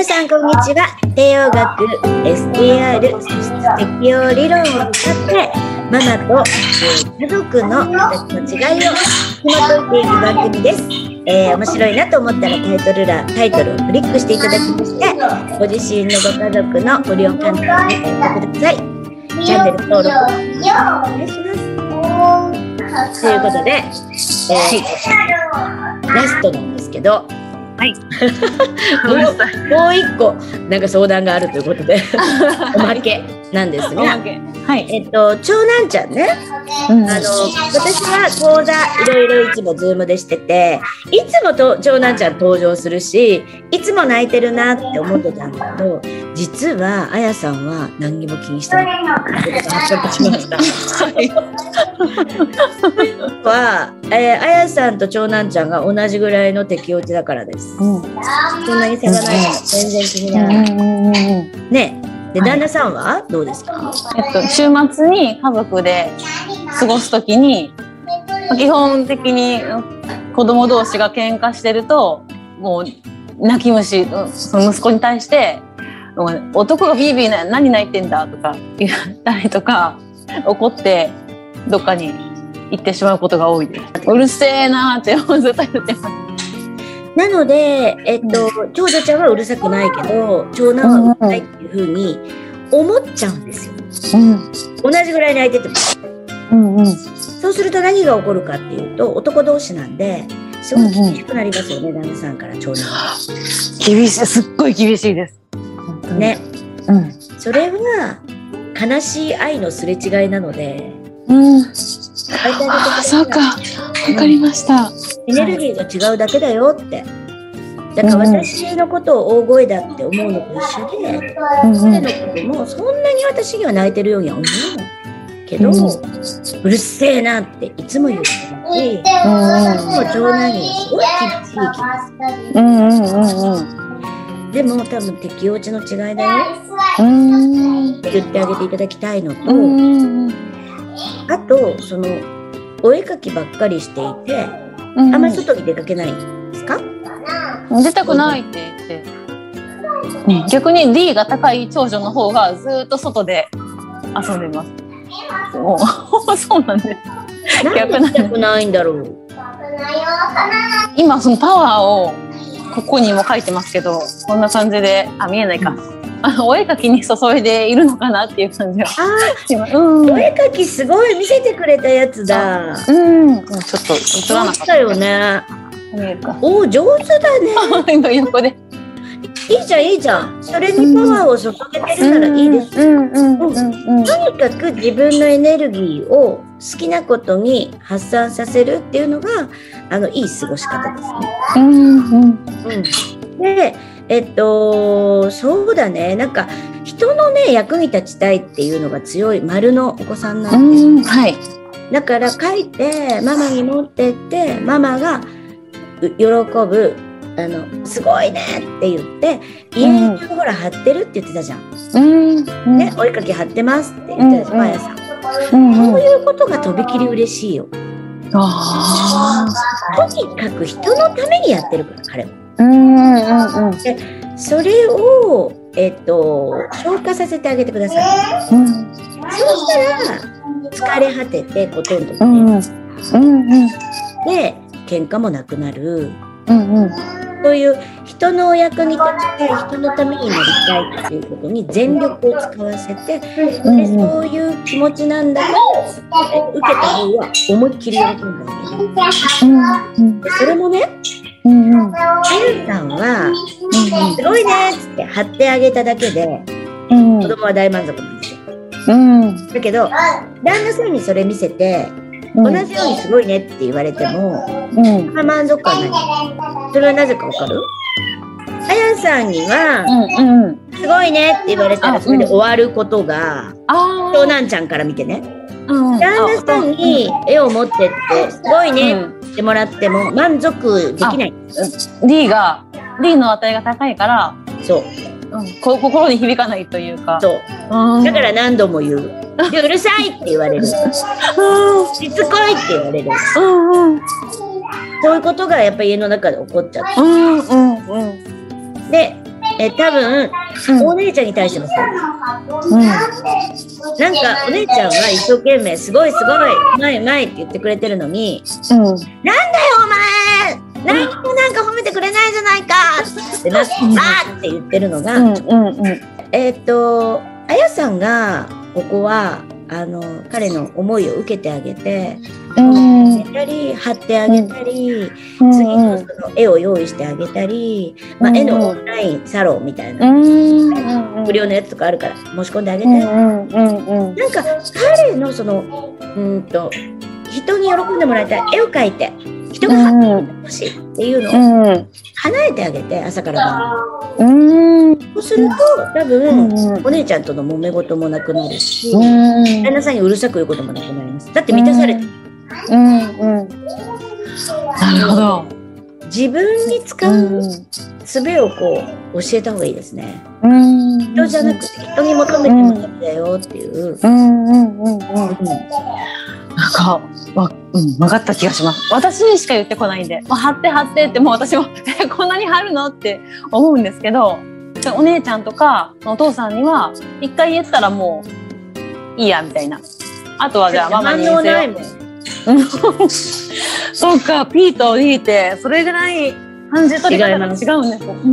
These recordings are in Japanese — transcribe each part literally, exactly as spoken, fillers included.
皆さんこんにちは。帝王学 エスティーアール そして適応理論を使ってママと、えー、家族の形の違いを紐解いていく番組です。えー、面白いなと思ったらタイトル欄、タイトルをクリックしていただきまして、ご自身のご家族のご利用簡単にやってください。チャンネル登録お願いします。ということで、えー、ラストなんですけど、 はい、 もう、もう一個なんか相談があるということでおまけなんですが、はい、えっと長男ちゃんね、うん、あの私は講座いろいろいつもズームでしてて、いつもと長男ちゃん登場するし、いつも泣いてるなって思ってたんだけど、実はあやさんは何にも気にしてなかったことが発覚しました。は、えー、あやさんと長男ちゃんが同じぐらいの適応値だからです。うん、そんなに差がないの全然気にならない。ね。で、旦那さんはどうですか？ えっと、週末に家族で過ごすときに、基本的に子供同士が喧嘩してると、もう泣き虫、その息子に対して、男がビービー何泣いてんだとか言ったりとか、怒ってどっかに行ってしまうことが多いです。うるせえなーってずっと言ってます。 なので、えっと、うん、長女ちゃんはうるさくないけど、長男はうるさいっていうふうに思っちゃうんですよ。うん、同じぐらいに泣いてても。うんうん、そうすると何が起こるかっていうと、男同士なんで、すごく厳しくなりますよね、うんうん、旦那さんから長男は。 厳しい、すっごい厳しいです。 ね。うん、それは悲しい愛のすれ違いなので、 うん、ああ、そうか、わかりました。 エネルギーが違うだけだよって。だから私のことを大声だって思うのと一緒で、彼のこともそんなに私には泣いてるようには思うけど、うん、うるせえなっていつも言ってるし、もう長男にはすごい厳しい気がする。でも多分適応値の違いだよって言ってあげていただきたいのと、あとそのお絵描きばっかりしていて、あんまり外に出かけないんですか？ 出たくないって言って、ね、逆に D が高い長女の方がずっと外で遊んでます。もうそうなんです。 なんで出たくないんだろう。 今そのパワーをここにも書いてますけど、こんな感じで、あ、見えないか、うん、あのお絵描きに注いでいるのかなっていう感じは。 あ、うん、お絵描きすごい見せてくれたやつだ。 うん、ちょっと映らなかった。 だよね。お、上手だね。 今横で。 いいじゃんいいじゃん。それにパワーを注げてるならいいです。とにかく自分のエネルギーを好きなことに発散させるっていうのがあのいい過ごし方ですね。うんうん、で、えっとそうだね。なんか人のね役に立ちたいっていうのが強い丸のお子さんなんです。うん、はい。だから書いてママに持ってってママが喜ぶ。あのすごいねって言って家にほら貼ってるって言ってたじゃん、うんね、お絵かき貼ってますって言ってたじゃん、あやさん、そういうことがとびきり嬉しいよ。あとにかく人のためにやってるから彼は、うんうんうん、でそれを、えっと、消化させてあげてください、うん、そうしたら疲れ果ててほとんどね、うんうんうん、で喧嘩もなくなる、うんうん、そういう人のお役に立ちたい、人のためになりたいっていうことに全力を使わせて、うんうん、でそういう気持ちなんだから受けた方は思いっきり喜んだわけね、うんうん、でそれもね、うんうん、あゆさんは、うんうん、すごいねっつって貼ってあげただけで、うん、子供は大満足なんですよ、うん、だけど旦那さんにそれ見せて同じようにすごいねって言われても、うん、満足感ない。それはなぜかわかる？あやさんには、うんうん、すごいねって言われたらそれで終わることが、長男ちゃんから見てね、うん、旦那さんに絵を持ってってすごいねってもらっても満足できない。 D が D の値が高いから、 そう、 うん、こ心に響かないというか、 そう、うん、だから何度も言う。でうるさいって言われる、しつこいって言われる、うんうん、そういうことがやっぱり家の中で起こっちゃって、うんうんうん、でえ多分、うん、お姉ちゃんに対してもそう、うん、なんかお姉ちゃんは一生懸命すごいすごいうまいうまいって言ってくれてるのに、うん、なんだよお前何もなんか褒めてくれないじゃないかってなって、うん、あーって言ってるのが、うんうんうん、えっとあやさんがここはあの彼の思いを受けてあげて、うん、あげたり貼ってあげたり、うん、次のその絵を用意してあげたり、うん、まあ、絵のオンラインサロンみたいな、うん、無料のやつとかあるから申し込んであげて、うんうん、なんか彼のそのうんと人に喜んでもらいたい絵を描いて人がハッピーになってほしいっていうのを叶えてあげて、朝から晩まで、そうすると多分、うん、お姉ちゃんとの揉め事もなくなるし、うん、旦那さんにうるさく言うこともなくなります。だって満たされてる、うんうん、 なるほど。 自分に使う術をこう教えた方がいいですね、うん、人じゃなくて人に求めてもダメだよっていう、うんうんうんうん、なんかわ、うん、分かった気がします。私にしか言ってこないんで、もう貼って貼ってってもう私もえこんなに貼るのって思うんですけど、お姉ちゃんとかお父さんには一回言ったらもういいやみたいな。あとはじゃあママに見せよう。そうか、P と D ってそれぐらい感じ取り方が違うんですよ、うんうんうん、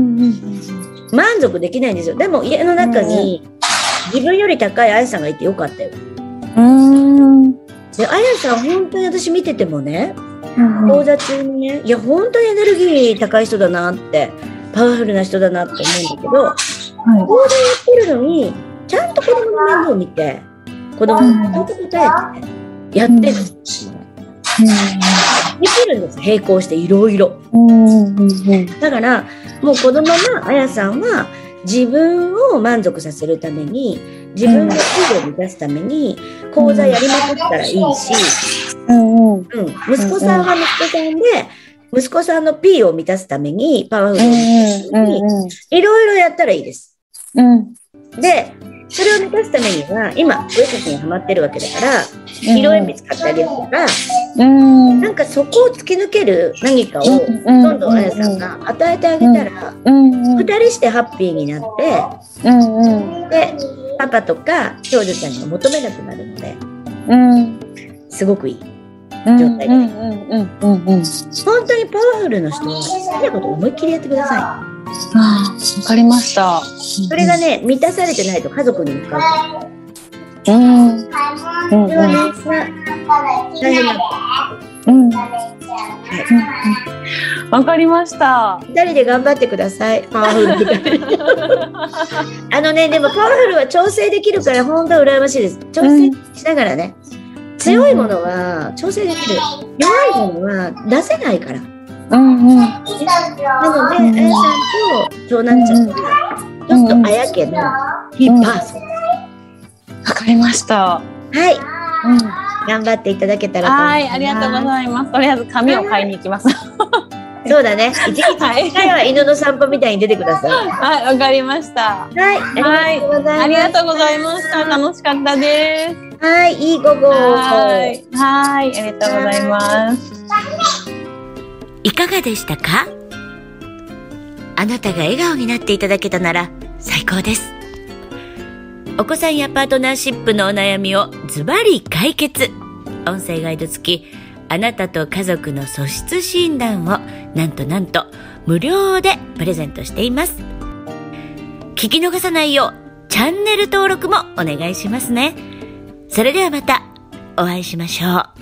満足できないんですよ。でも家の中に自分より高いあやさんがいてよかったよ。うーんであやさん本当に私見ててもね、講座中にね、いや本当にエネルギー高い人だなって、パワフルな人だなって思うんだけど、はい、講座やってるのにちゃんと子供の面倒を見て子供に答えて、ね、やってるんです、うんうん、できるんです、並行していろいろ。だからもうこのままあやさんは自分を満足させるために、自分の欲を満たすために講座やりまくったらいいし、うんうん、息子さんは息子さんで息子さんの P を満たすためにパワフルにいろいろやったらいいです、うん、でそれを満たすためには今お絵描きにハマってるわけだから色鉛筆買ってあげるとか、うん、なんかそこを突き抜ける何かをどんどんあやさんが与えてあげたら、うんうん、ふたりしてハッピーになって、うんうん、でパパとか長女ちゃんには求めなくなるので、うん、すごくいい状態で、本当にパワフルな人は好きなことを思いっきりやってください。 ああ、わかりました。 それがね、満たされてないと家族に向かう。うん。うん。それはね、大変だ。うん。 わかりました。 二人で頑張ってください。パワフルあのね、でもパワフルは調整できるから本当は羨ましいです。調整しながらね。うん、強いものは調整できる。弱いものは出せないから。うんうん、なので、あやさんと長男ちゃんがちょっとあや家のヒッパーソン。 わかりました。 はい、うん、頑張っていただけたらと思います。 はい、ありがとうございます。とりあえず髪を買いに行きます。 そうだね。一日一回は犬の散歩みたいに出てください。 はい、わかりました。 はい、 ありがとうございました。楽しかったです。 はい、いい午後。 はい、はい、ありがとうございます。 いかがでしたか？あなたが笑顔になっていただけたなら最高です。お子さんやパートナーシップのお悩みをズバリ解決。音声ガイド付きあなたと家族の素質診断をなんとなんと無料でプレゼントしています。聞き逃さないようチャンネル登録もお願いしますね。それではまたお会いしましょう。